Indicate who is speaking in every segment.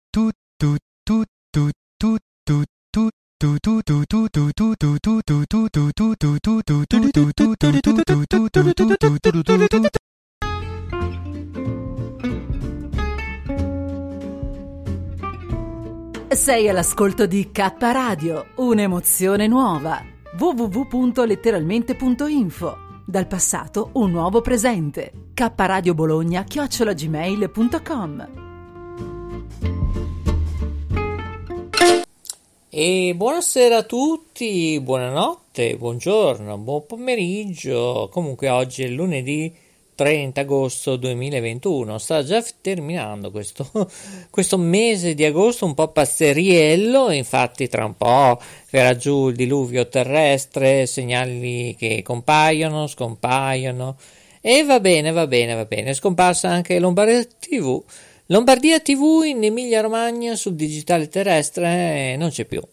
Speaker 1: Sei all'ascolto di K Radio, un'emozione nuova. www.letteralmente.info. Dal passato un nuovo presente. kradiobologna@gmail.com.
Speaker 2: E buonasera a tutti, buonanotte, buongiorno, buon pomeriggio. Comunque oggi è lunedì 30 agosto 2021, sta già terminando questo mese di agosto un po' pazzeriello, infatti tra un po' verrà giù il diluvio terrestre, segnali che compaiono, scompaiono, e va bene, è scomparsa anche Lombardia TV in Emilia Romagna sul digitale terrestre, non c'è più,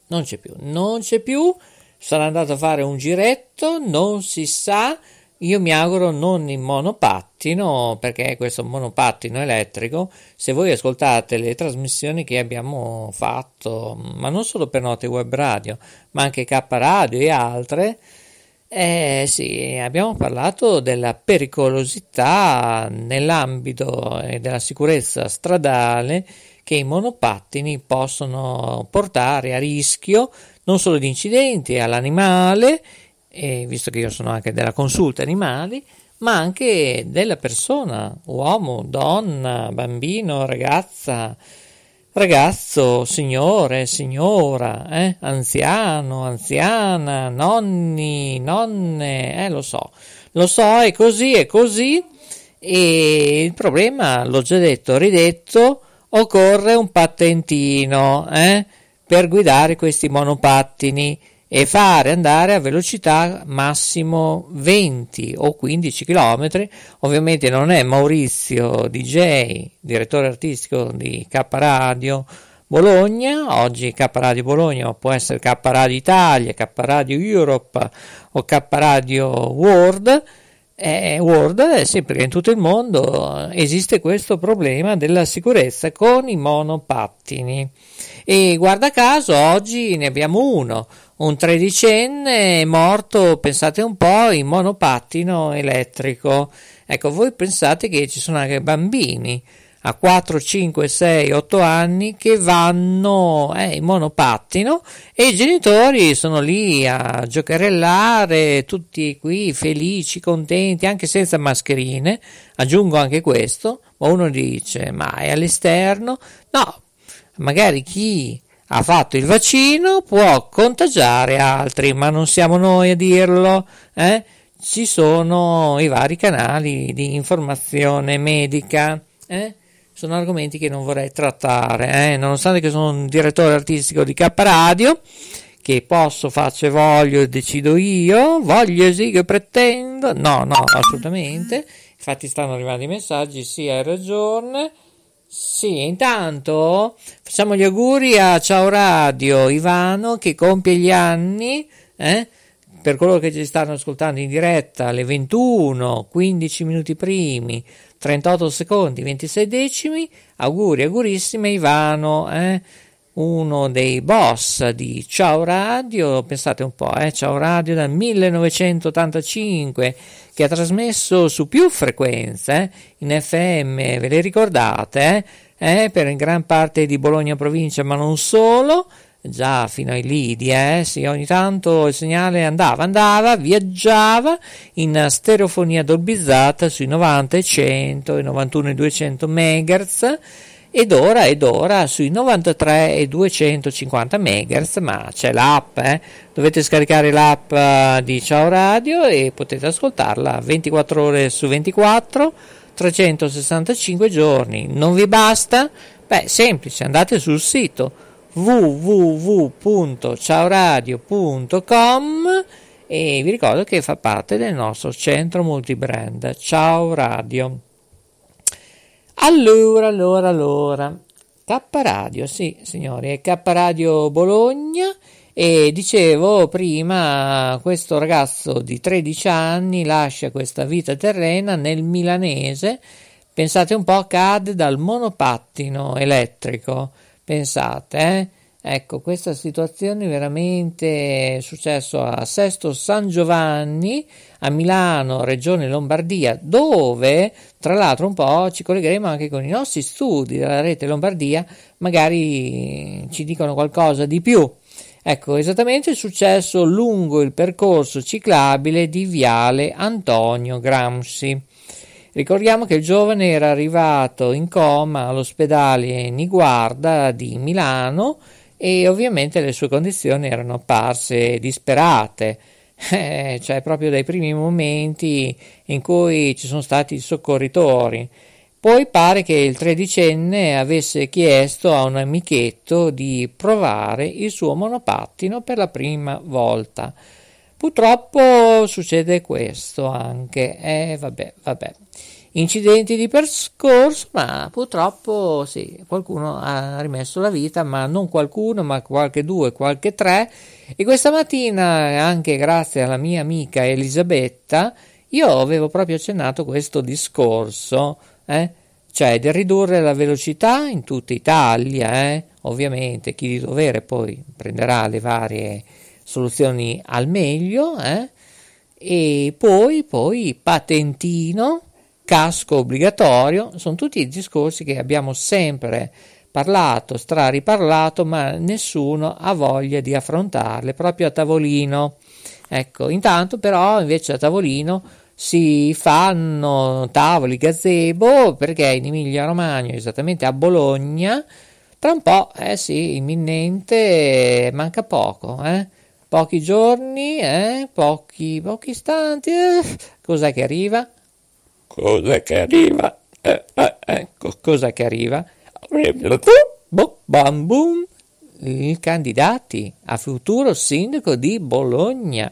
Speaker 2: sarà andato a fare un giretto, non si sa. Io mi auguro non in monopattino, perché questo monopattino elettrico, se voi ascoltate le trasmissioni che abbiamo fatto, ma non solo per Note Web Radio, ma anche K Radio e altre, sì, abbiamo parlato della pericolosità nell'ambito della sicurezza stradale che i monopattini possono portare a rischio non solo di incidenti all'animale, e visto che io sono anche della consulta animali, ma anche della persona, uomo, donna, bambino, ragazza, ragazzo, signore, signora, anziano, anziana, nonni, nonne, lo so, è così, e il problema, l'ho già detto, ridetto, occorre un patentino, per guidare questi monopattini e fare andare a velocità massimo 20 o 15 km. Ovviamente non è Maurizio DJ, direttore artistico di K Radio Bologna. Oggi K Radio Bologna può essere K Radio Italia, K Radio Europe o K Radio World. Sì, perché in tutto il mondo esiste questo problema della sicurezza con i monopattini, e guarda caso oggi ne abbiamo un tredicenne è morto, pensate un po', in monopattino elettrico. Ecco, voi pensate che ci sono anche bambini a 4, 5, 6, 8 anni che vanno in monopattino e i genitori sono lì a giocherellare, tutti qui felici, contenti, anche senza mascherine, aggiungo anche questo. Ma uno dice, ma è all'esterno? No, magari chi ha fatto il vaccino può contagiare altri, ma non siamo noi a dirlo, ci sono i vari canali di informazione medica, sono argomenti che non vorrei trattare, nonostante che sono un direttore artistico di K Radio, che posso, faccio e voglio, decido io, voglio sì che pretendo, no, assolutamente, infatti stanno arrivando i messaggi, sì, hai ragione. Sì, intanto facciamo gli auguri a Ciao Radio Ivano che compie gli anni, per coloro che ci stanno ascoltando in diretta alle 21, 15 minuti primi, 38 secondi, 26 decimi, augurissimi Ivano, uno dei boss di Ciao Radio, pensate un po', Ciao Radio dal 1985, che ha trasmesso su più frequenze, in FM, ve le ricordate, per gran parte di Bologna provincia, ma non solo, già fino ai lidi, sì, ogni tanto il segnale andava, viaggiava in stereofonia dolbizzata sui 90 e 100 e 91 e 200 MHz, ed ora sui 93 e 250 MHz, ma c'è l'app, dovete scaricare l'app di Ciao Radio e potete ascoltarla 24 ore su 24, 365 giorni. Non vi basta? Semplice, andate sul sito www.ciaoradio.com e vi ricordo che fa parte del nostro centro multibrand Ciao Radio. Allora, K Radio, sì signori, è K Radio Bologna, e dicevo prima, questo ragazzo di 13 anni lascia questa vita terrena nel milanese, pensate un po', cade dal monopattino elettrico, Pensate, eh? Ecco, questa situazione veramente è successo a Sesto San Giovanni, a Milano, Regione Lombardia, dove tra l'altro un po' ci collegheremo anche con i nostri studi della rete Lombardia, magari ci dicono qualcosa di più. Ecco, esattamente è successo lungo il percorso ciclabile di Viale Antonio Gramsci. Ricordiamo che il giovane era arrivato in coma all'ospedale Niguarda di Milano e ovviamente le sue condizioni erano apparse disperate, cioè proprio dai primi momenti in cui ci sono stati i soccorritori. Poi pare che il tredicenne avesse chiesto a un amichetto di provare il suo monopattino per la prima volta. Purtroppo succede questo anche, vabbè. Incidenti di percorso, ma purtroppo sì, qualcuno ha rimesso la vita, ma non qualcuno, ma qualche due, qualche tre. E questa mattina, anche grazie alla mia amica Elisabetta, io avevo proprio accennato questo discorso, cioè di ridurre la velocità in tutta Italia, ovviamente chi di dovere poi prenderà le varie soluzioni al meglio, e poi patentino, casco obbligatorio, sono tutti discorsi che abbiamo sempre parlato, strariparlato, ma nessuno ha voglia di affrontarle proprio a tavolino. Ecco, intanto però invece a tavolino si fanno tavoli gazebo, perché in Emilia Romagna, esattamente a Bologna, tra un po', sì, imminente, manca poco, pochi giorni, pochi istanti, cos'è che arriva? Cos'è che arriva? Cos'è che arriva? Bam boom! I candidati a futuro sindaco di Bologna.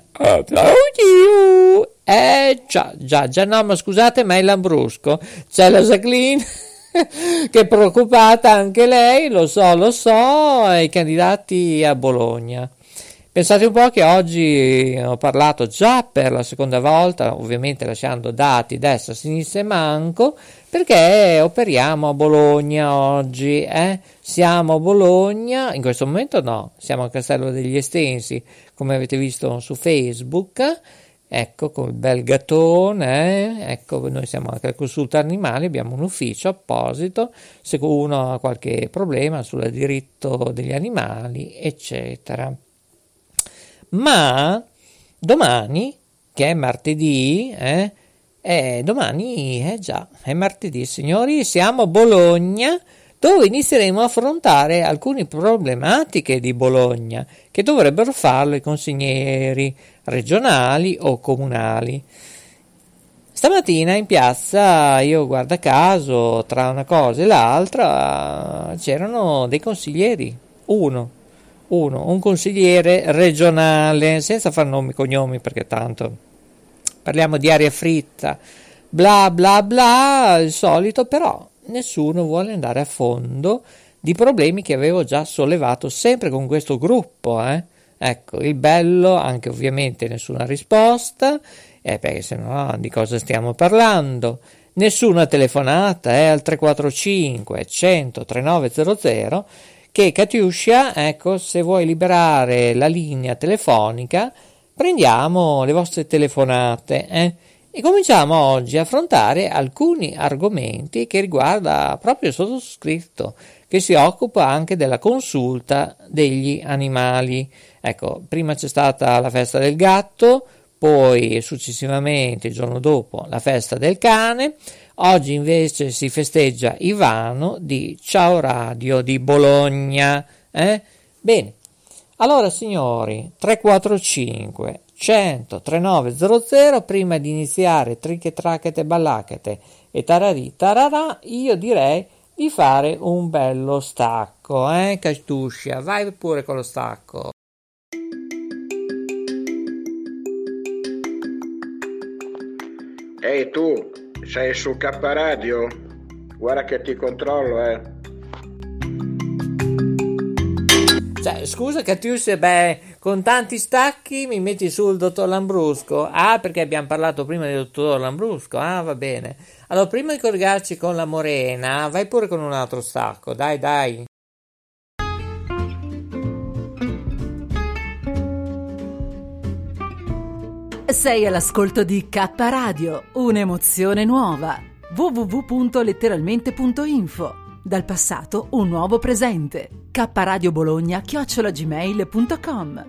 Speaker 2: Già, no, ma scusate, ma è Lambrusco. C'è la Jacqueline che è preoccupata anche lei, lo so, i candidati a Bologna. Pensate un po' che oggi ho parlato già per la seconda volta, ovviamente lasciando dati destra, sinistra e manco, perché operiamo a Bologna oggi, Siamo a Bologna, in questo momento no, siamo a Castello degli Estensi, come avete visto su Facebook, ecco, con il bel gattone, ecco, noi siamo anche al Consulta Animali, abbiamo un ufficio apposito, se uno ha qualche problema sul diritto degli animali, eccetera. Ma domani, che è martedì, domani già, è martedì, signori, siamo a Bologna, dove inizieremo a affrontare alcune problematiche di Bologna, che dovrebbero farlo i consiglieri regionali o comunali. Stamattina in piazza, io guarda caso, tra una cosa e l'altra, c'erano dei consiglieri, un consigliere regionale, senza far nomi e cognomi, perché tanto parliamo di aria fritta, bla bla bla, il solito, però nessuno vuole andare a fondo di problemi che avevo già sollevato sempre con questo gruppo, Ecco, il bello, anche ovviamente nessuna risposta, perché sennò di cosa stiamo parlando? Nessuna telefonata, al 345 100 3900, che Katiuscia, ecco, se vuoi liberare la linea telefonica, prendiamo le vostre telefonate, e cominciamo oggi a affrontare alcuni argomenti che riguarda proprio il sottoscritto, che si occupa anche della consulta degli animali. Ecco, prima c'è stata la festa del gatto, poi successivamente il giorno dopo la festa del cane. Oggi invece si festeggia Ivano di Ciao Radio di Bologna. Bene, allora signori, 345 100 3900, prima di iniziare triche tracchete ballacchete e tararì tararà, io direi di fare un bello stacco, Castuscia, vai pure con lo stacco.
Speaker 3: Ehi tu, sei su K Radio? Guarda che ti controllo,
Speaker 2: Cioè, scusa Catiuscia, con tanti stacchi mi metti sul dottor Lambrusco. Ah, perché abbiamo parlato prima del dottor Lambrusco. Ah, va bene. Allora, prima di collegarci con la Morena, vai pure con un altro stacco. Dai.
Speaker 1: Sei all'ascolto di K Radio, un'emozione nuova. www.letteralmente.info. Dal passato un nuovo presente. kradiobologna@gmail.com.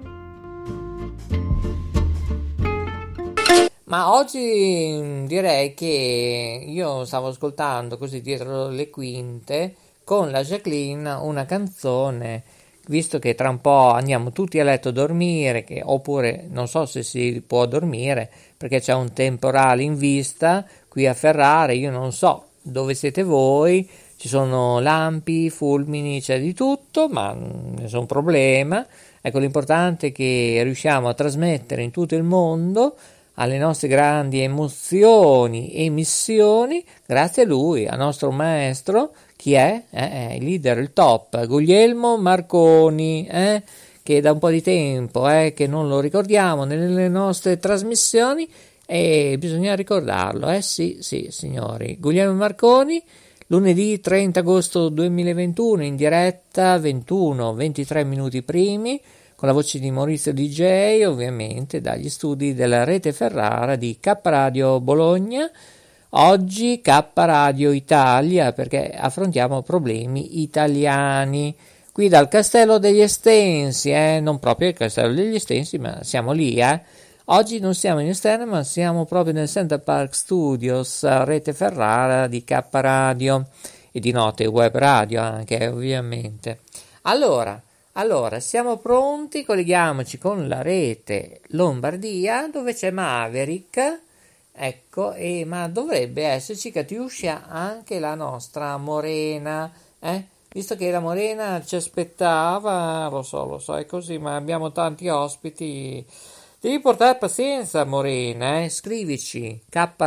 Speaker 2: Ma oggi direi che io stavo ascoltando così dietro le quinte con la Jacqueline una canzone, visto che tra un po' andiamo tutti a letto a dormire, oppure non so se si può dormire perché c'è un temporale in vista qui a Ferrara, io non so dove siete voi, ci sono lampi, fulmini, c'è di tutto, ma nessun problema. Ecco, l'importante è che riusciamo a trasmettere in tutto il mondo alle nostre grandi emozioni e missioni, grazie a lui, al nostro maestro. Chi è? Il leader, il top, Guglielmo Marconi, che da un po' di tempo che non lo ricordiamo nelle nostre trasmissioni e bisogna ricordarlo, sì signori. Guglielmo Marconi, lunedì 30 agosto 2021 in diretta 21-23 minuti primi, con la voce di Maurizio DJ, ovviamente dagli studi della rete Ferrara di K Radio Bologna. Oggi K Radio Italia, perché affrontiamo problemi italiani. Qui dal Castello degli Estensi, non proprio il Castello degli Estensi, ma siamo lì, Oggi non siamo in esterno, ma siamo proprio nel Center Park Studios, rete Ferrara di K Radio e di notte web radio anche, ovviamente. Allora, siamo pronti, colleghiamoci con la rete Lombardia, dove c'è Maverick, ecco, ma dovrebbe esserci Catiuscia anche la nostra Morena, visto che la Morena ci aspettava, lo so, è così, ma abbiamo tanti ospiti. Devi portare pazienza, Morena, scrivici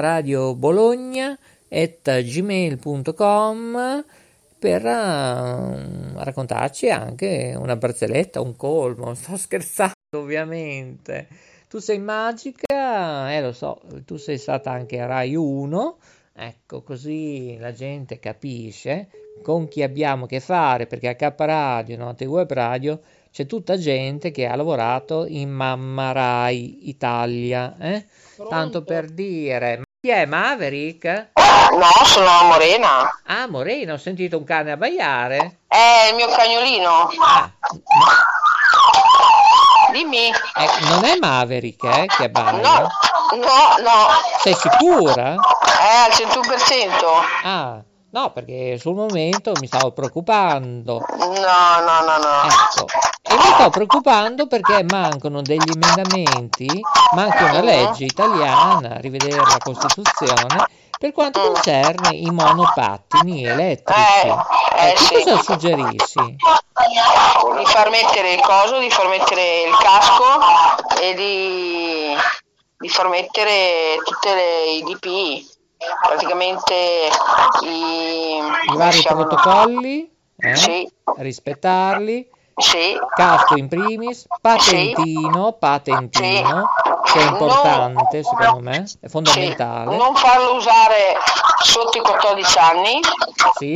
Speaker 2: kradiobologna@gmail.com per raccontarci anche una barzelletta, un colmo. Sto scherzando, ovviamente. Tu sei magica, lo so, tu sei stata anche a Rai 1, ecco, così la gente capisce con chi abbiamo a che fare, perché a K Radio, Notte Web Radio, c'è tutta gente che ha lavorato in Mamma Rai Italia, tanto per dire. Ma chi è, Maverick?
Speaker 4: No, sono Morena.
Speaker 2: Ah, Morena, ho sentito un cane abbaiare.
Speaker 4: È il mio cagnolino. Dimmi.
Speaker 2: Non è Maverick, che abbaia?
Speaker 4: No.
Speaker 2: Sei sicura?
Speaker 4: Al 100%.
Speaker 2: Ah, no, perché sul momento mi stavo preoccupando.
Speaker 4: No.
Speaker 2: Ecco, e mi sto preoccupando perché mancano degli emendamenti, manca una legge italiana, rivedere la Costituzione, per quanto concerne i monopattini elettrici.
Speaker 4: Sì.
Speaker 2: Cosa suggerisci?
Speaker 4: Di far mettere il coso, di far mettere il casco e di far mettere tutte i DPI, praticamente
Speaker 2: i vari protocolli,
Speaker 4: sì.
Speaker 2: Rispettarli.
Speaker 4: Sì.
Speaker 2: Casco in primis, patentino,
Speaker 4: sì.
Speaker 2: che è importante, secondo me, è fondamentale.
Speaker 4: Sì. Non farlo usare sotto i 14 anni.
Speaker 2: Sì.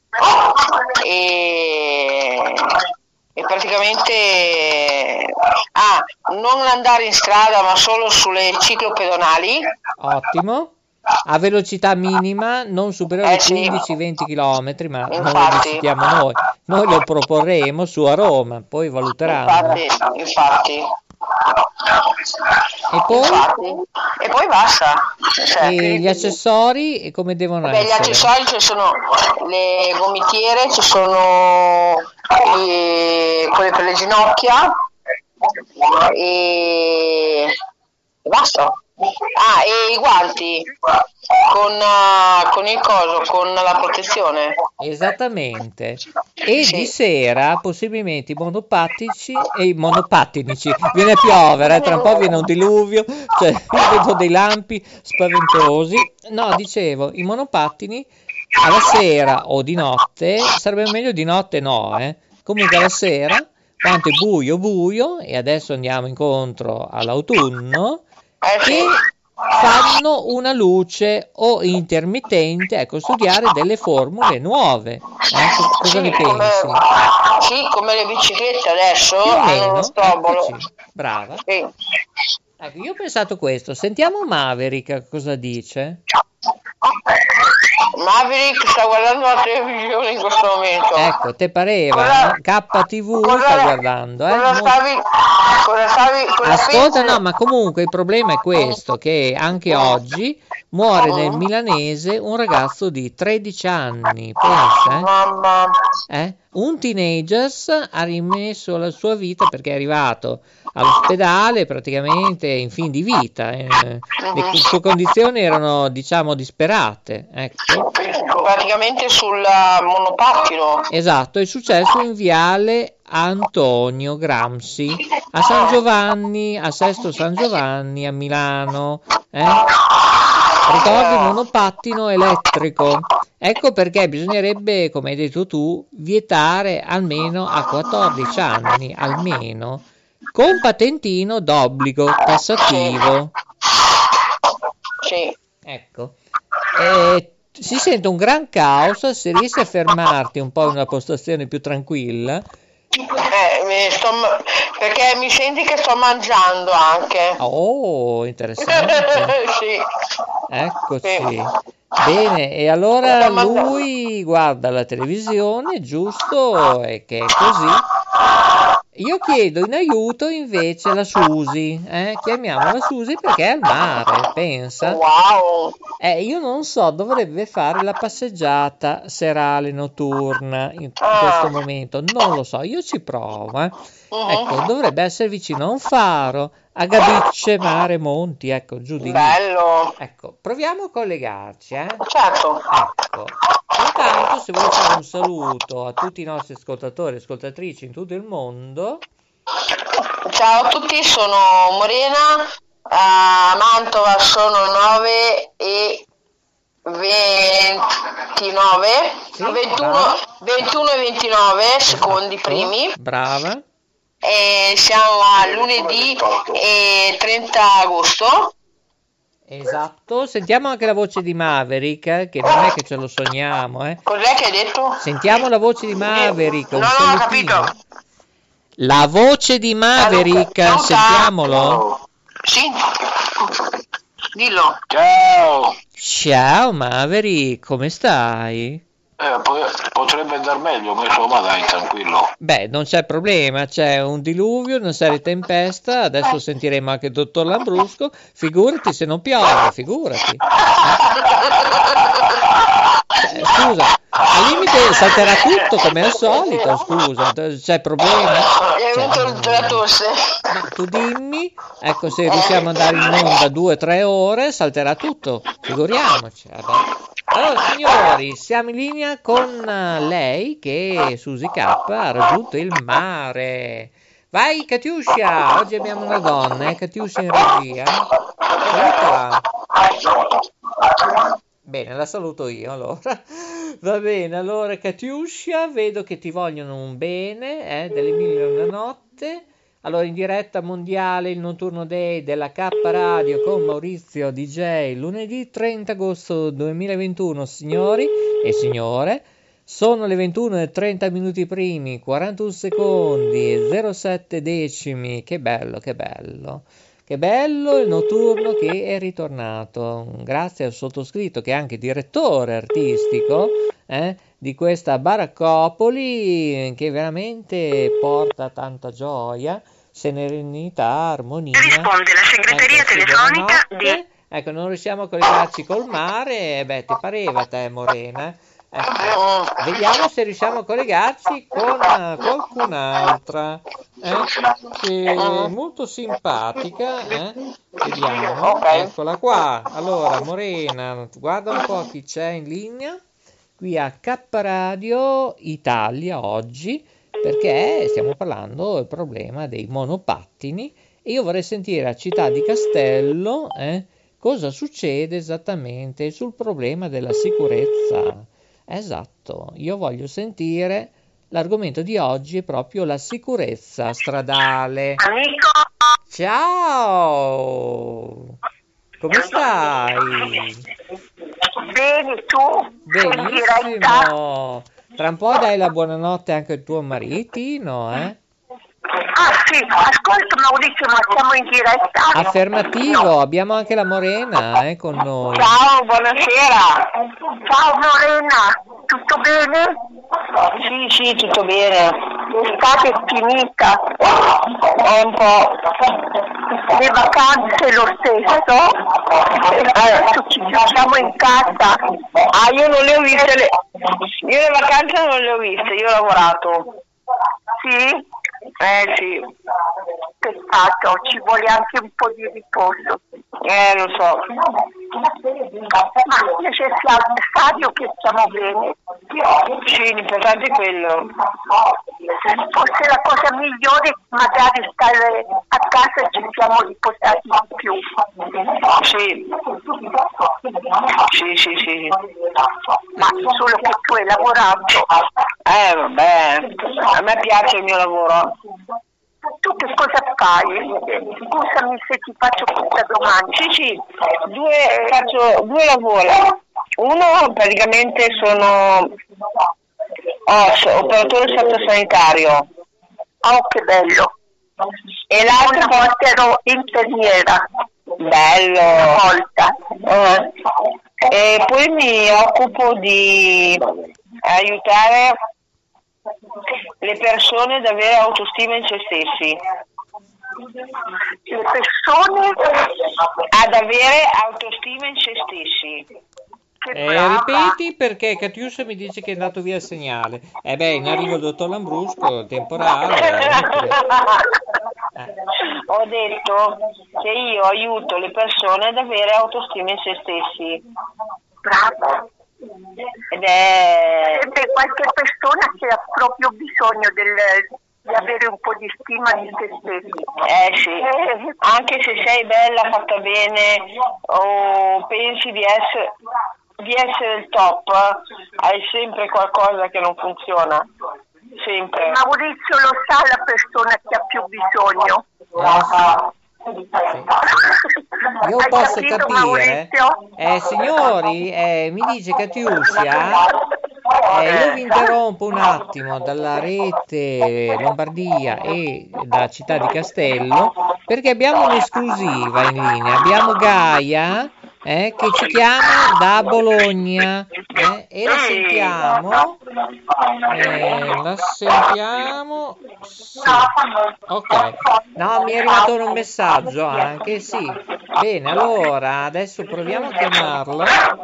Speaker 4: E praticamente non andare in strada, ma solo sulle ciclopedonali.
Speaker 2: Ottimo. A velocità minima, non superiore ai 15-20 km, ma non lo decidiamo noi lo proporremo su a Roma, poi valuteranno.
Speaker 4: Infatti.
Speaker 2: E poi
Speaker 4: basta.
Speaker 2: E gli accessori e come devono essere?
Speaker 4: Gli accessori ci sono le gomitiere, ci sono quelle per le ginocchia e basta. E i guanti con il coso, con la protezione.
Speaker 2: Esattamente. E di sera possibilmente i monopattinici. Viene a piovere, tra un po' viene un diluvio, cioè vedo dei lampi spaventosi. No, dicevo, i monopattini alla sera o di notte, sarebbe meglio di notte comunque alla sera, quando è buio, e adesso andiamo incontro all'autunno, che fanno una luce o intermittente, studiare delle formule nuove. Cosa ne pensi?
Speaker 4: Come le biciclette adesso
Speaker 2: Più o
Speaker 4: hanno
Speaker 2: meno,
Speaker 4: uno strobolo.
Speaker 2: brava.
Speaker 4: Sì.
Speaker 2: Ecco, io ho pensato questo. Sentiamo Maverick cosa dice.
Speaker 4: Maverick sta guardando la televisione in questo momento.
Speaker 2: Ecco, te pareva? KTV sta guardando, Ascolta, no, ma comunque il problema è questo, che anche oggi muore nel milanese un ragazzo di 13 anni, pensa, Un teenager ha rimesso la sua vita perché è arrivato all'ospedale praticamente in fin di vita, le sue condizioni erano, diciamo, disperate, ecco.
Speaker 4: Praticamente sul monopattino.
Speaker 2: Esatto, è successo in viale Antonio Gramsci a San Giovanni, a Sesto San Giovanni a Milano, Ricordi, monopattino elettrico. Ecco perché bisognerebbe, come hai detto tu, vietare almeno a 14 anni, almeno, con patentino d'obbligo tassativo.
Speaker 4: Sì.
Speaker 2: Ecco. Si sente un gran caos, se riesci a fermarti un po' in una postazione più tranquilla.
Speaker 4: Perché mi senti che sto mangiando anche.
Speaker 2: Oh, interessante.
Speaker 4: Sì.
Speaker 2: Eccoci.
Speaker 4: Sì.
Speaker 2: Bene, e allora lui guarda la televisione, giusto? E che è così. Io chiedo in aiuto invece la Susi, chiamiamo la Susi perché è al mare, pensa.
Speaker 4: Wow.
Speaker 2: Io non so, dovrebbe fare la passeggiata serale notturna in questo momento, non lo so, io ci provo, Ecco, dovrebbe essere vicino a un faro, a Gabicce, mare, monti, ecco, giù di lì.
Speaker 4: Bello.
Speaker 2: Ecco, proviamo a collegarci,
Speaker 4: Certo.
Speaker 2: Ecco. Intanto, se vuoi fare un saluto a tutti i nostri ascoltatori e ascoltatrici in tutto il mondo.
Speaker 4: Ciao a tutti, sono Morena, a Mantova sono 9 e 29,
Speaker 2: Sì,
Speaker 4: 21 e 29 secondi primi.
Speaker 2: Brava.
Speaker 4: E siamo a lunedì e 30 agosto.
Speaker 2: Esatto, sentiamo anche la voce di Maverick, che non è che ce lo sogniamo,
Speaker 4: Cos'è che hai detto?
Speaker 2: Sentiamo la voce di Maverick.
Speaker 4: No, non ho capito.
Speaker 2: La voce di Maverick, sentiamolo.
Speaker 4: Sì. Dillo.
Speaker 3: Ciao!
Speaker 2: Ciao Maverick, come stai?
Speaker 3: Potrebbe andare meglio, ma insomma dai, tranquillo.
Speaker 2: Beh, non c'è problema, c'è un diluvio, una serie tempesta, adesso sentiremo anche il dottor Lambrusco, figurati se non piove, figurati. Scusa, al limite salterà tutto come al solito, scusa, c'è problema?
Speaker 4: La tosse.
Speaker 2: Ma tu dimmi, ecco, se riusciamo ad andare in onda 2-3 ore salterà tutto, figuriamoci. Vabbè. Allora signori, siamo in linea con lei che Susi K ha raggiunto il mare. Vai Katiuscia, oggi abbiamo una donna, Katiuscia in regia. Eccola. Bene, la saluto io allora. Va bene, allora Katiuscia, vedo che ti vogliono un bene, delle mille e una notte. Allora in diretta mondiale il notturno day della K Radio con Maurizio DJ lunedì 30 agosto 2021, signori e signore. Sono le 21 e 30 minuti primi, 41 secondi e 07 decimi. Che bello, che bello. Che bello il notturno che è ritornato. Grazie al sottoscritto che è anche direttore artistico di questa baraccopoli che veramente porta tanta gioia, serenità, armonia.
Speaker 5: Risponde la segreteria telefonica di...
Speaker 2: Ecco, non riusciamo a collegarci col mare, beh, ti pareva te, Morena. Ecco, vediamo se riusciamo a collegarci con qualcun'altra che è molto simpatica. Vediamo, eccola qua. Allora, Morena, guarda un po' chi c'è in linea qui a K Radio Italia oggi, perché stiamo parlando del problema dei monopattini e io vorrei sentire a Città di Castello cosa succede esattamente sul problema della sicurezza. Esatto, io voglio sentire, l'argomento di oggi è proprio la sicurezza stradale.
Speaker 5: Amico!
Speaker 2: Ciao! Come stai?
Speaker 5: Bene, tu?
Speaker 2: Benissimo! Tra un po' dai la buonanotte anche al tuo maritino,
Speaker 5: Ah sì, ascolta Maurizio, ma siamo in diretta?
Speaker 2: Affermativo, abbiamo anche la Morena con noi.
Speaker 4: Ciao, buonasera.
Speaker 5: Ciao Morena, tutto bene?
Speaker 4: Sì, tutto bene.
Speaker 5: L'estate è finita,
Speaker 4: È un po'.
Speaker 5: le vacanze lo stesso? Ci siamo in casa.
Speaker 4: Ah, io non le ho viste. Io le vacanze non le ho viste, io ho lavorato.
Speaker 5: Sì?
Speaker 4: Sì.
Speaker 5: Peccato, ci vuole anche un po' di riposo.
Speaker 4: Lo so.
Speaker 5: Ma invece siamo stadio che stiamo bene.
Speaker 4: Sì, l'importante è quello.
Speaker 5: Forse la cosa migliore è magari stare a casa e ci siamo riposati di più.
Speaker 4: Sì.
Speaker 5: Ma solo che tu hai lavorato.
Speaker 4: Vabbè, a me piace il mio lavoro.
Speaker 5: Tu che cosa fai? Scusami se ti faccio questa domanda.
Speaker 4: Sì, faccio due lavori. Uno praticamente sono operatore sociosanitario.
Speaker 5: Oh, che bello.
Speaker 4: E
Speaker 5: Una
Speaker 4: l'altro
Speaker 5: volta ero infermiera.
Speaker 4: bello.
Speaker 5: Una volta.
Speaker 4: E poi mi occupo di aiutare le persone ad avere autostima in se stessi.
Speaker 5: Le persone
Speaker 4: Ad avere autostima in se stessi.
Speaker 5: che brava.
Speaker 2: Ripeti perché Catiuscia mi dice che è andato via il segnale. In arrivo il dottor Lambrusco, temporale.
Speaker 4: Ho detto che io aiuto le persone ad avere autostima in se stessi.
Speaker 5: Brava.
Speaker 4: Ed è
Speaker 5: C'è qualche persona che ha proprio bisogno di avere un po' di stima di se stessi.
Speaker 4: sì, anche se sei bella, fatta bene o pensi di essere il top, hai sempre qualcosa che non funziona. Sempre.
Speaker 5: Maurizio lo sa la persona che ha più bisogno.
Speaker 2: Io
Speaker 5: Hai
Speaker 2: posso
Speaker 5: capito,
Speaker 2: capire.
Speaker 5: Maurizio?
Speaker 2: Signori, mi dice Catiuscia, io vi interrompo un attimo dalla rete Lombardia e dalla città di Castello perché abbiamo un'esclusiva in linea. Abbiamo Gaia che ci chiama da Bologna e la sentiamo. Sì. Ok, no, mi è arrivato un messaggio anche, sì. Bene, allora adesso proviamo a chiamarla.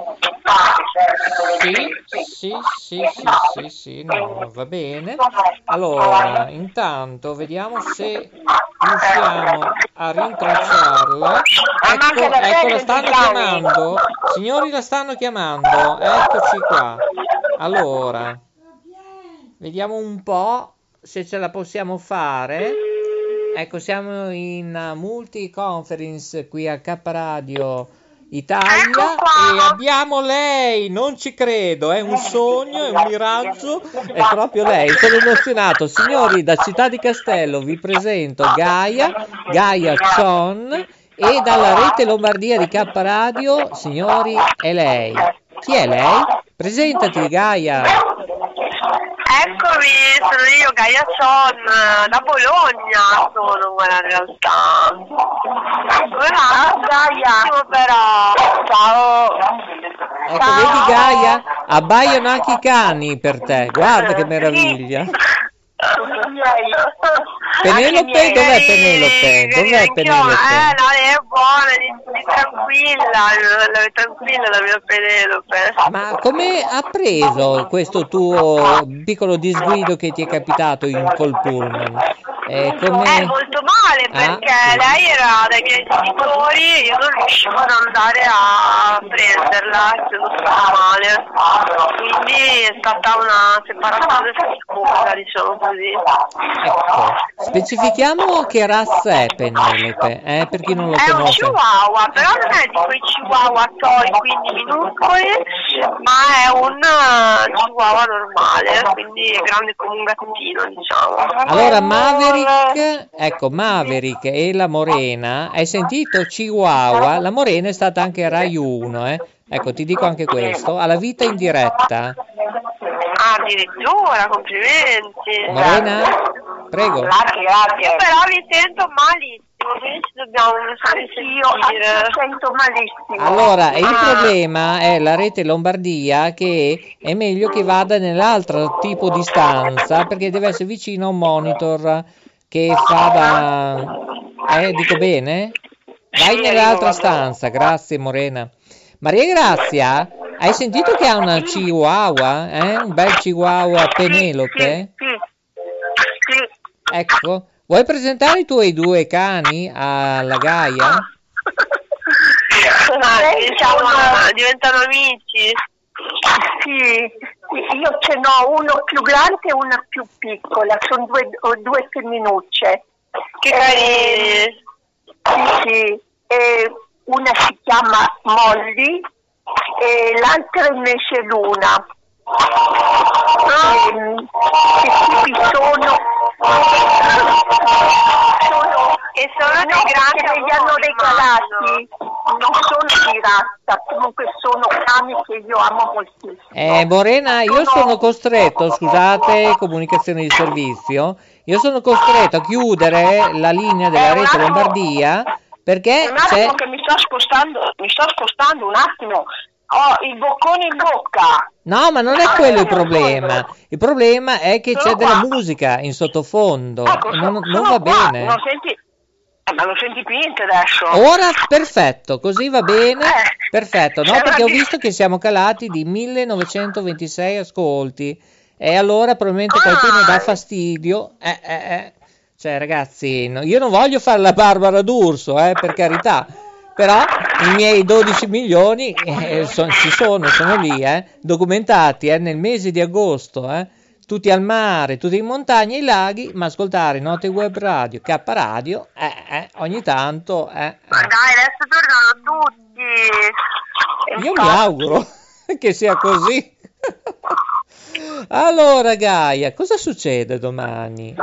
Speaker 2: Sì, no, va bene. Allora, intanto vediamo se riusciamo a rintracciarla. Ecco, la stanno chiamando. Signori, la stanno chiamando. Eccoci qua. Allora, vediamo un po' se ce la possiamo fare. Ecco, siamo in multi-conference qui a K Radio Italia e abbiamo lei, non ci credo, è un sogno, è un miraggio, è proprio lei, sono emozionato. Signori, da Città di Castello vi presento Gaia Cion e dalla rete Lombardia di K Radio, signori, è lei. Chi è lei? Presentati, Gaia.
Speaker 6: Eccomi, sono io, Gaia Son, da Bologna sono in realtà. Gaia. Però. Ciao.
Speaker 2: Ecco, vedi Gaia? Abbaiano anche i cani per te, guarda che meraviglia. Penelope, dov'è Penelope? Dov'è Penelope?
Speaker 6: No, lei è buona, tranquilla la mia Penelope.
Speaker 2: Ma come ha preso questo tuo piccolo disguido che ti è capitato col pullman?
Speaker 6: Molto male perché lei era dai miei genitori e io non riuscivo ad andare a prenderla, se non stava male. Quindi è stata una separazione faticosa, diciamo così.
Speaker 2: Ecco, specifichiamo che razza è Penelope, per chi non lo
Speaker 6: È un
Speaker 2: conosce.
Speaker 6: chihuahua, però non è di quei chihuahua toy, quindi minuscoli, ma è un chihuahua normale, quindi è grande come un gattino, diciamo.
Speaker 2: Allora Maverick e la Morena, hai sentito Chihuahua? La Morena è stata anche Rai 1, Ecco, ti dico anche questo, alla vita in diretta.
Speaker 6: Addirittura, complimenti.
Speaker 2: Morena, prego.
Speaker 4: Grazie.
Speaker 6: Io però mi sento malissimo, quindi ci dobbiamo
Speaker 5: Io sento malissimo.
Speaker 2: Allora, il problema è la rete Lombardia, che è meglio che vada nell'altro tipo di stanza, perché deve essere vicino a un monitor che fa da... dico bene? Vai nell'altra stanza, grazie Morena. Maria Grazia, hai sentito che ha una chihuahua? Un bel chihuahua Penelope?
Speaker 5: Sì.
Speaker 2: Ecco, vuoi presentare i tuoi 2 cani alla Gaia?
Speaker 6: Diventano amici.
Speaker 5: Sì, io ce n'ho uno più grande e una più piccola, sono due femminucce.
Speaker 6: Che carini.
Speaker 5: Sì. Una si chiama Molly e l'altra invece Luna. Che tipi sono?
Speaker 6: Sono dei grandi
Speaker 5: che li hanno regalati, non sono di razza, comunque sono cani che io amo moltissimo.
Speaker 2: Morena, io sono costretto, scusate, comunicazione di servizio, io sono costretto a chiudere la linea della rete Lombardia perché
Speaker 4: un attimo che mi sto spostando un attimo. Ho il boccone in bocca.
Speaker 2: No, ma non è quello il problema. Il problema è che c'è della musica in sottofondo. Non va bene.
Speaker 4: Ma lo senti niente adesso?
Speaker 2: Ora perfetto, così va bene. Perfetto, no, perché ho visto che siamo calati di 1926 ascolti. E allora probabilmente qualcuno dà fastidio. Cioè, ragazzi, io non voglio fare la Barbara D'Urso, per carità. Però i miei 12 milioni sono lì, documentati nel mese di agosto, tutti al mare, tutti in montagna, ai laghi, ma ascoltare Note Web Radio, K Radio, ogni tanto.
Speaker 6: Ma dai, adesso tornano tutti.
Speaker 2: Io mi auguro che sia così. Allora, Gaia, cosa succede domani?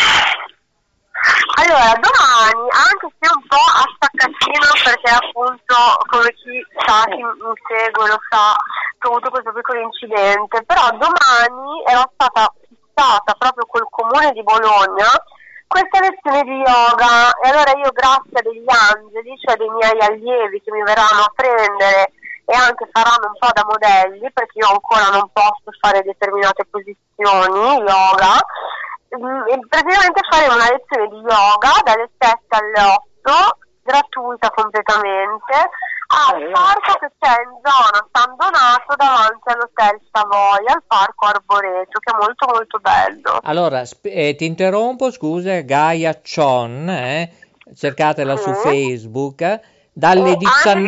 Speaker 6: Allora, domani, anche se un po' a staccatino, perché appunto, come chi sa, chi mi segue lo sa, che ho avuto questo piccolo incidente, però domani era stata fissata proprio col comune di Bologna questa lezione di yoga, e allora io, grazie a degli angeli, cioè dei miei allievi che mi verranno a prendere e anche faranno un po' da modelli, perché io ancora non posso fare determinate posizioni yoga, praticamente faremo una lezione di yoga dalle 7 alle 8, gratuita completamente, al parco che c'è in zona San Donato davanti all'hotel Savoia, al parco Arboreto, che è molto molto bello.
Speaker 2: Allora, ti interrompo, scusa, Gaia Chon, cercatela su Facebook, dalle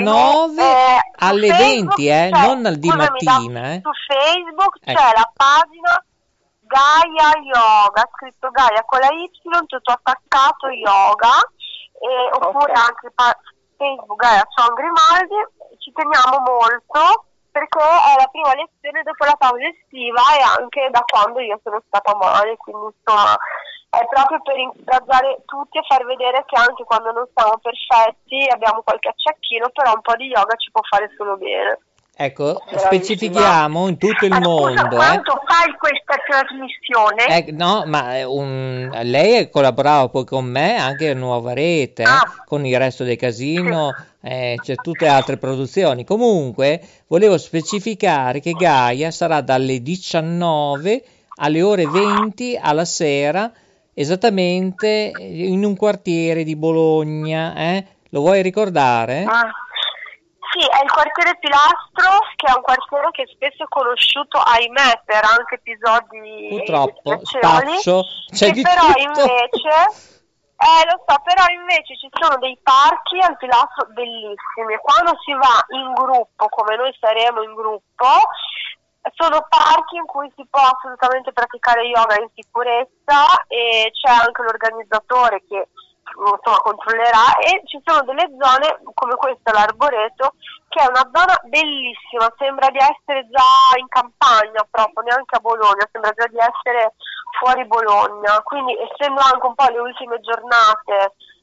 Speaker 2: 19 alle 20, non di mattina.
Speaker 6: Su Facebook c'è la pagina Gaia Yoga, scritto Gaia con la Y, tutto attaccato yoga, oppure anche Facebook Gaia Chon Grimaldi. Ci teniamo molto perché è la prima lezione dopo la pausa estiva e anche da quando io sono stata male, quindi insomma è proprio per incoraggiare tutti a far vedere che anche quando non siamo perfetti, abbiamo qualche acciacchino, però un po' di yoga ci può fare solo bene.
Speaker 2: Ecco, specifichiamo in tutto il mondo.
Speaker 5: Quanto fai questa trasmissione?
Speaker 2: No, ma lei collaborava poi con me anche a Nuova Rete, con il Resto del Casino, c'è tutte altre produzioni. Comunque, volevo specificare che Gaia sarà dalle 19 alle ore 20 alla sera, esattamente in un quartiere di Bologna. Lo vuoi ricordare?
Speaker 6: Sì, è il quartiere Pilastro, che è un quartiere che spesso è conosciuto, ahimè, per anche episodi
Speaker 2: purtroppo spaccio, c'è di
Speaker 6: però
Speaker 2: tutto.
Speaker 6: Invece lo so, però invece ci sono dei parchi al Pilastro bellissimi, e quando si va in gruppo, come noi saremo in gruppo, sono parchi in cui si può assolutamente praticare yoga in sicurezza, e c'è anche l'organizzatore che insomma controllerà, e ci sono delle zone come questa, l'Arboreto, che è una zona bellissima, sembra di essere già in campagna proprio, neanche a Bologna, sembra già di essere fuori Bologna, quindi essendo anche un po' le ultime giornate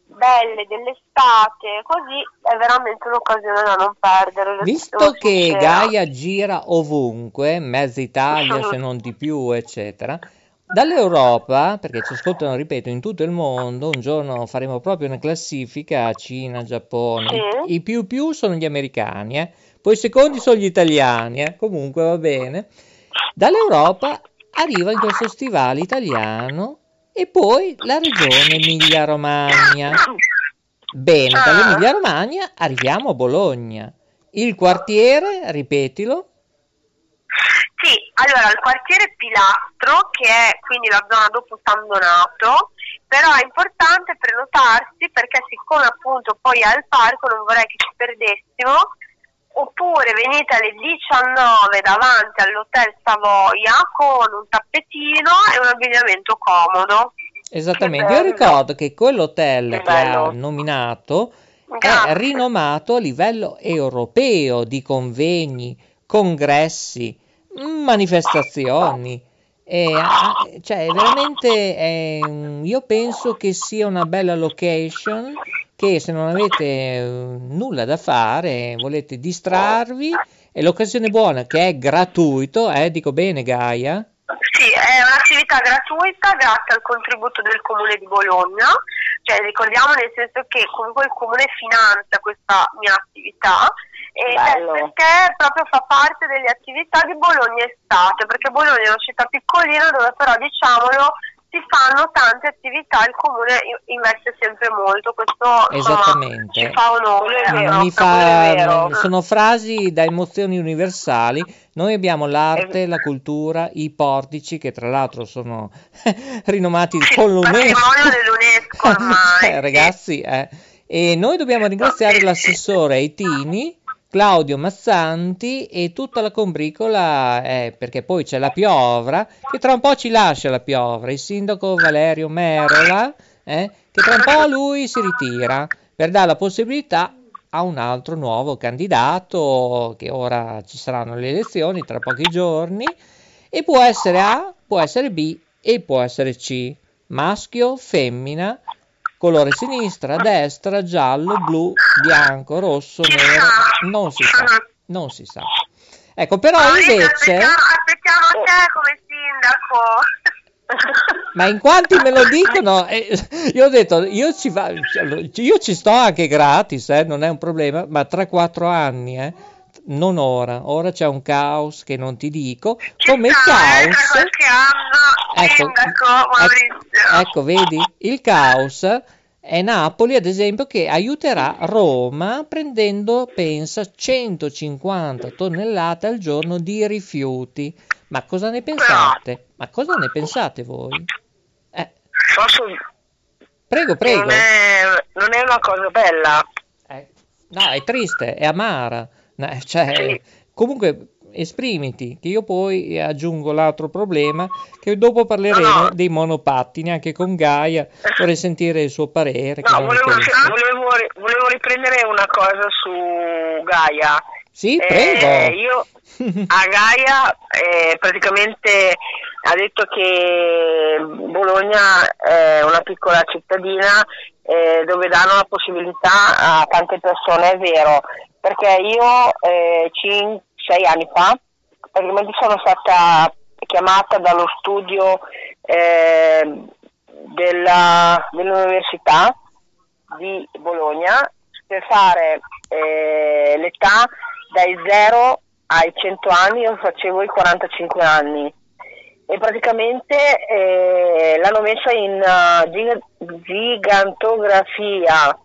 Speaker 6: belle dell'estate, così è veramente un'occasione da non perdere.
Speaker 2: Visto che Gaia gira ovunque, mezza Italia se non di più, eccetera, dall'Europa, perché ci ascoltano, ripeto, in tutto il mondo, un giorno faremo proprio una classifica, Cina, Giappone,
Speaker 6: Sì.
Speaker 2: i più sono gli americani, poi i secondi sono gli italiani, comunque va bene. Dall'Europa arriva in questo stivale italiano e poi la regione Emilia-Romagna. Bene, dall'Emilia-Romagna arriviamo a Bologna. Il quartiere, ripetilo.
Speaker 6: Sì, allora il quartiere Pilastro, che è quindi la zona dopo San Donato, però è importante prenotarsi perché siccome appunto poi è al parco non vorrei che ci perdessimo, oppure venite alle 19 davanti all'Hotel Savoia con un tappetino e un abbigliamento comodo.
Speaker 2: Esattamente, io ricordo che quell'hotel che ha nominato è rinomato a livello europeo di convegni, congressi, manifestazioni. Cioè veramente io penso che sia una bella location, che se non avete nulla da fare, volete distrarvi, è l'occasione buona, che è gratuito, dico bene Gaia?
Speaker 6: Sì, è un'attività gratuita grazie al contributo del Comune di Bologna, cioè ricordiamo nel senso che comunque il Comune finanzia questa mia attività perché proprio fa parte delle attività di Bologna Estate, perché Bologna è una città piccolina dove però diciamolo si fanno tante attività, il Comune investe sempre molto, questo
Speaker 2: esattamente.
Speaker 6: Ci fa onore.
Speaker 2: Sono frasi da emozioni universali. Noi abbiamo l'arte, la cultura, i portici che tra l'altro sono rinomati con l'UNESCO.
Speaker 6: Patrimonio dell'UNESCO ormai.
Speaker 2: Ragazzi, e noi dobbiamo ringraziare l'assessore ai Tini, Claudio Mazzanti, e tutta la combricola, perché poi c'è la Piovra, che tra un po' ci lascia la Piovra, il sindaco Valerio Merola, che tra un po' lui si ritira per dare la possibilità a un altro nuovo candidato, che ora ci saranno le elezioni tra pochi giorni, e può essere A, può essere B e può essere C, maschio, femmina, colore sinistra, destra, giallo, blu, bianco, rosso, nero, non si sa. Ecco, però invece...
Speaker 6: Aspettiamo te come sindaco.
Speaker 2: Ma in quanti me lo dicono, io ho detto, io ci sto anche gratis, non è un problema, ma tra 4 anni, non ora c'è un caos che non ti dico, come il caos... Ecco, vedi, il caos è Napoli, ad esempio, che aiuterà Roma prendendo, pensa, 150 tonnellate al giorno di rifiuti. Ma cosa ne pensate? Ma cosa ne pensate voi? Prego.
Speaker 4: Non è una cosa bella.
Speaker 2: No, è triste, è amara. Sì. Comunque, esprimiti, che io poi aggiungo l'altro problema, che dopo parleremo dei monopattini, anche con Gaia, vorrei sentire il suo parere.
Speaker 4: Volevo riprendere una cosa su Gaia.
Speaker 2: Sì, prego.
Speaker 4: Io a Gaia praticamente ha detto che Bologna è una piccola cittadina dove danno la possibilità a tante persone, è vero, perché io 6 anni fa praticamente sono stata chiamata dallo studio dell'Università di Bologna per fare l'età dai 0 ai 100 anni. Io facevo i 45 anni e praticamente l'hanno messa in gigantografia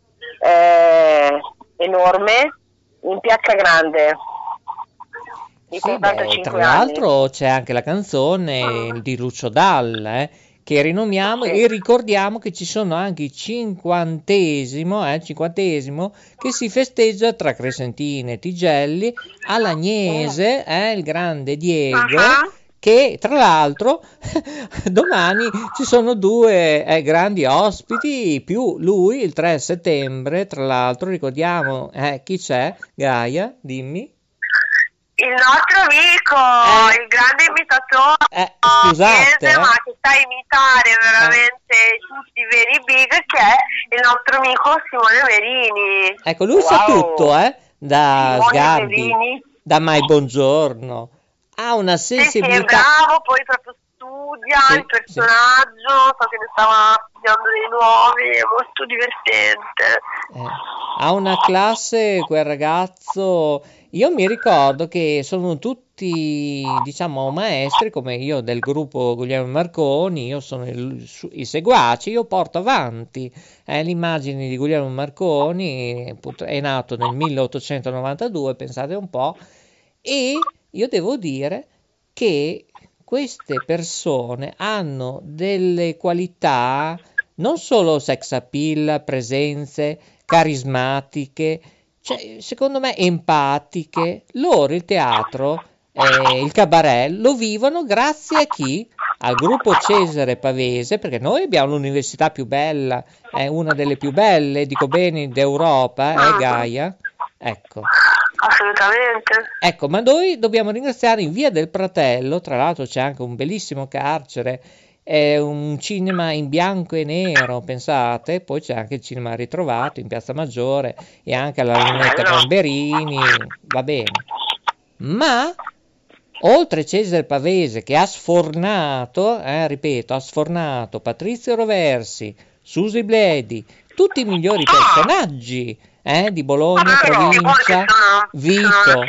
Speaker 4: enorme in Piazza Grande.
Speaker 2: Sì, tra l'altro c'è anche la canzone di Lucio Dalla, che rinomiamo, e ricordiamo che ci sono anche il cinquantesimo che si festeggia tra Crescentina e Tigelli all'Agnese, il grande Diego, che tra l'altro domani ci sono 2 grandi ospiti, più lui il 3 settembre, tra l'altro ricordiamo chi c'è, Gaia, dimmi.
Speaker 6: Il nostro amico, il grande imitatore,
Speaker 2: scusate,
Speaker 6: ma che sa imitare veramente tutti i veri big, che è il nostro amico Simone Verini.
Speaker 2: Ecco, lui sa tutto, da
Speaker 4: Simone
Speaker 2: Sgarbi,
Speaker 4: Verini.
Speaker 2: da Mai Buongiorno. Ha una
Speaker 6: Sì, è
Speaker 2: sensibilità.
Speaker 6: bravo, poi proprio studia
Speaker 2: Sì,
Speaker 6: il personaggio, so che ne stava studiando dei nuovi, è molto divertente.
Speaker 2: Ha una classe quel ragazzo. Io mi ricordo che sono tutti, diciamo, maestri come io del gruppo Guglielmo Marconi. Io sono i seguaci, io porto avanti l'immagine di Guglielmo Marconi. È nato nel 1892, pensate un po', e io devo dire che queste persone hanno delle qualità, non solo sex appeal, presenze carismatiche, cioè, secondo me empatiche. Loro il teatro, il cabaret, lo vivono grazie a chi? Al gruppo Cesare Pavese, perché noi abbiamo l'università più bella, una delle più belle, dico bene, d'Europa, Gaia. Ecco.
Speaker 6: Assolutamente.
Speaker 2: Ecco, ma noi dobbiamo ringraziare in Via del Pratello, tra l'altro c'è anche un bellissimo carcere, un cinema in bianco e nero, pensate, poi c'è anche il cinema ritrovato in Piazza Maggiore e anche alla Lunetta Gamberini, va bene. Ma oltre Cesare Pavese che ha sfornato, ripeto, ha sfornato Patrizio Roversi, Susi Bledi, tutti i migliori personaggi di Bologna, provincia, Vito,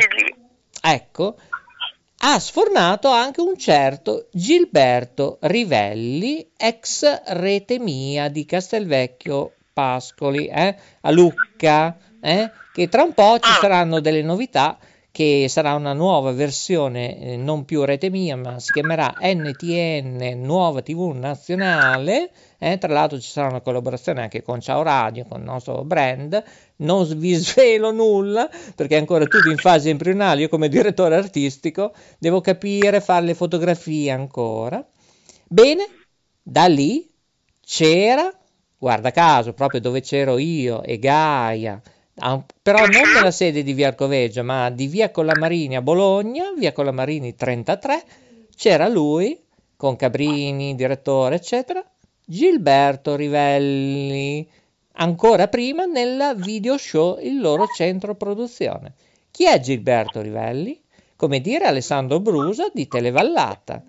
Speaker 2: ecco, ha sfornato anche un certo Gilberto Rivelli, ex Rete Mia di Castelvecchio Pascoli, a Lucca, che tra un po' ci saranno delle novità, che sarà una nuova versione, non più Rete Mia, ma si chiamerà NTN, Nuova TV Nazionale. Tra l'altro ci sarà una collaborazione anche con Ciao Radio, con il nostro brand. Non vi svelo nulla perché è ancora tutto in fase embrionale. Io come direttore artistico devo capire, fare le fotografie ancora. Bene, da lì c'era, guarda caso, proprio dove c'ero io e Gaia, però non nella sede di Via Arcoveggio, ma di Via Collamarini a Bologna, Via Collamarini 33, c'era lui, con Cabrini, direttore, eccetera, Gilberto Rivelli, ancora prima nella video show Il loro centro produzione. Chi è Gilberto Rivelli? Come dire Alessandro Brusa di Televallata,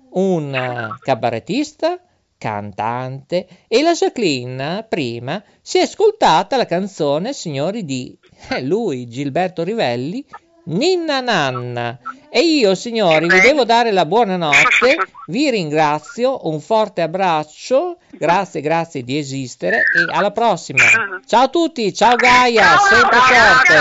Speaker 2: un cabarettista, cantante, e la Jacqueline prima si è ascoltata la canzone, signori, di lui, Gilberto Rivelli, Ninna Nanna. E io, signori, vi devo dare la buonanotte, vi ringrazio, un forte abbraccio, grazie di esistere e alla prossima. Ciao a tutti, ciao Gaia, sempre forte.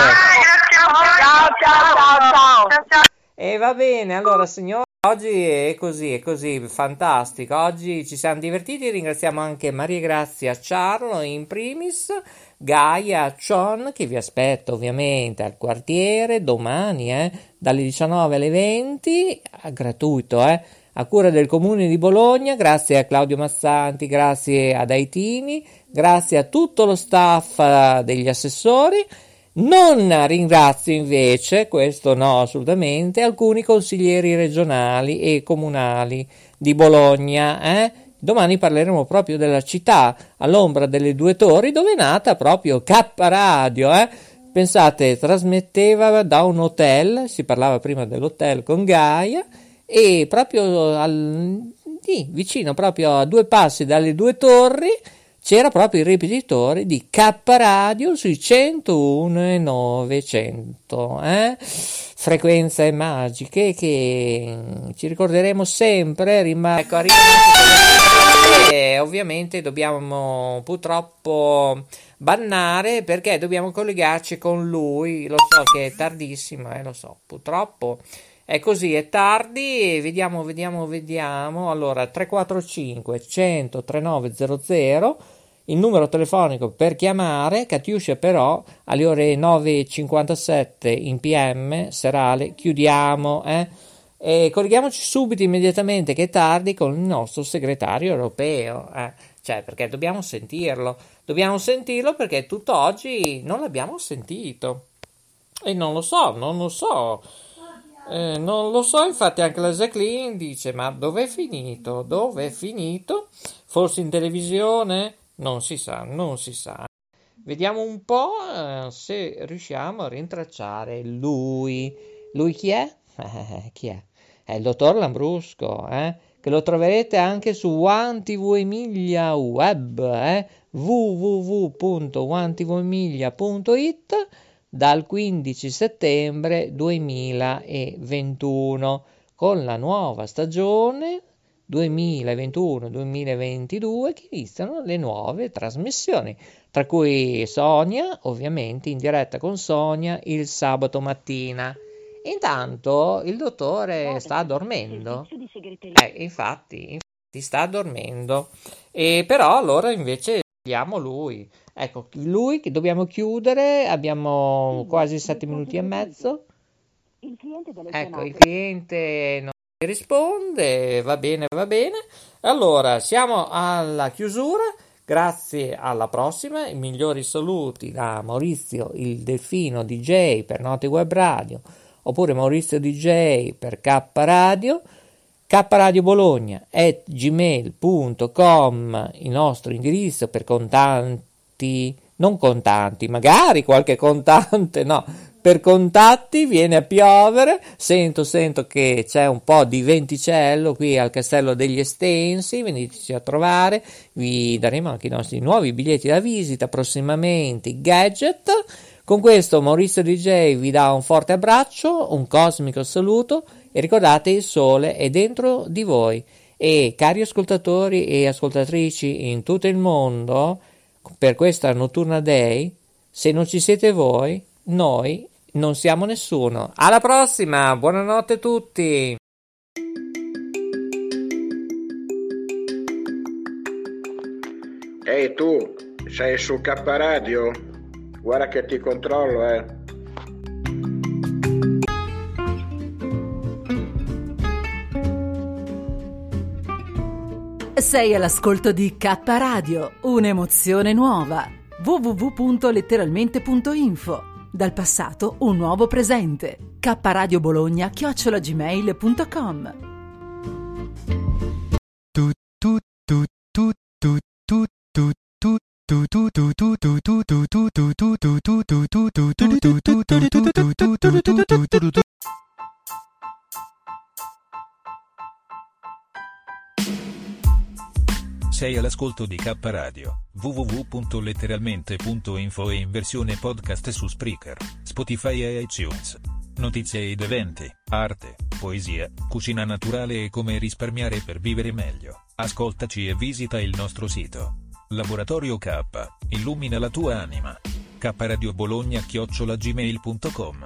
Speaker 6: Ciao.
Speaker 2: E va bene, allora signori, oggi è così, fantastico. Oggi ci siamo divertiti, ringraziamo anche Maria Grazia Ciarlo in primis, Gaia Cion, che vi aspetta ovviamente al quartiere domani, dalle 19 alle 20, gratuito, a cura del Comune di Bologna. Grazie a Claudio Mazzanti, grazie ad Aitini, grazie a tutto lo staff degli assessori. Non ringrazio invece, questo no assolutamente, alcuni consiglieri regionali e comunali di Bologna. Domani parleremo proprio della città all'ombra delle due torri, dove è nata proprio K Radio. Pensate, trasmetteva da un hotel, si parlava prima dell'hotel con Gaia, e proprio vicino, proprio a due passi dalle due torri, c'era proprio il ripetitore di K Radio sui 101 e 900, frequenze magiche che ci ricorderemo sempre. Ecco, e ovviamente dobbiamo purtroppo bannare, perché dobbiamo collegarci con lui. Lo so che è tardissimo, lo so, purtroppo è così, è tardi. Vediamo. Allora, 345 100 3900, il numero telefonico per chiamare. Catiuscia, però alle ore 9:57 in PM serale chiudiamo, e colleghiamoci subito, immediatamente, che è tardi, con il nostro segretario europeo, cioè, perché dobbiamo sentirlo perché tutto oggi non l'abbiamo sentito, e non lo so. Non lo so, infatti anche la Jacqueline dice: ma dov'è finito? Dov'è finito? Forse in televisione? Non si sa, non si sa. Vediamo un po' se riusciamo a rintracciare lui. Lui chi è? Chi è? È il dottor Lambrusco, che lo troverete anche su One TV Emilia web, www.onetvemilia.it dal 15 settembre 2021 con la nuova stagione 2021-2022 che iniziano le nuove trasmissioni, tra cui Sonia, ovviamente in diretta con Sonia il sabato mattina. Intanto il dottore sta dormendo. Infatti sta dormendo. E però allora invece vediamo lui. Ecco, lui che dobbiamo chiudere, abbiamo quasi 7 minuti e mezzo. Ecco, il cliente non risponde, va bene. Allora, siamo alla chiusura. Grazie, alla prossima. I migliori saluti da Maurizio il Delfino DJ per Note Web Radio, oppure Maurizio DJ per K Radio, kradiobologna@gmail.com, il nostro indirizzo per contanti, non contanti, magari qualche contante, no, per contatti viene a piovere. Sento che c'è un po' di venticello qui al Castello degli Estensi, veniteci a trovare, vi daremo anche i nostri nuovi biglietti da visita, prossimamente i gadget. Con questo Maurizio DJ vi dà un forte abbraccio, un cosmico saluto e ricordate, il sole è dentro di voi. E cari ascoltatori e ascoltatrici in tutto il mondo, per questa Notturna Day, se non ci siete voi, noi non siamo nessuno. Alla prossima, buonanotte a tutti.
Speaker 3: Ehi tu, sei su K Radio? Guarda che ti controllo,
Speaker 1: Sei all'ascolto di K Radio, un'emozione nuova. www.letteralmente.info. Dal passato un nuovo presente. kradiobologna@gmail.com.
Speaker 7: Sei all'ascolto di K Radio, www.letteralmente.info e in versione podcast su Spreaker, Spotify e iTunes. Notizie ed eventi, arte, poesia, cucina naturale e come risparmiare per vivere meglio. Ascoltaci e visita il nostro sito. Laboratorio K, illumina la tua anima. kradiobologna@gmail.com.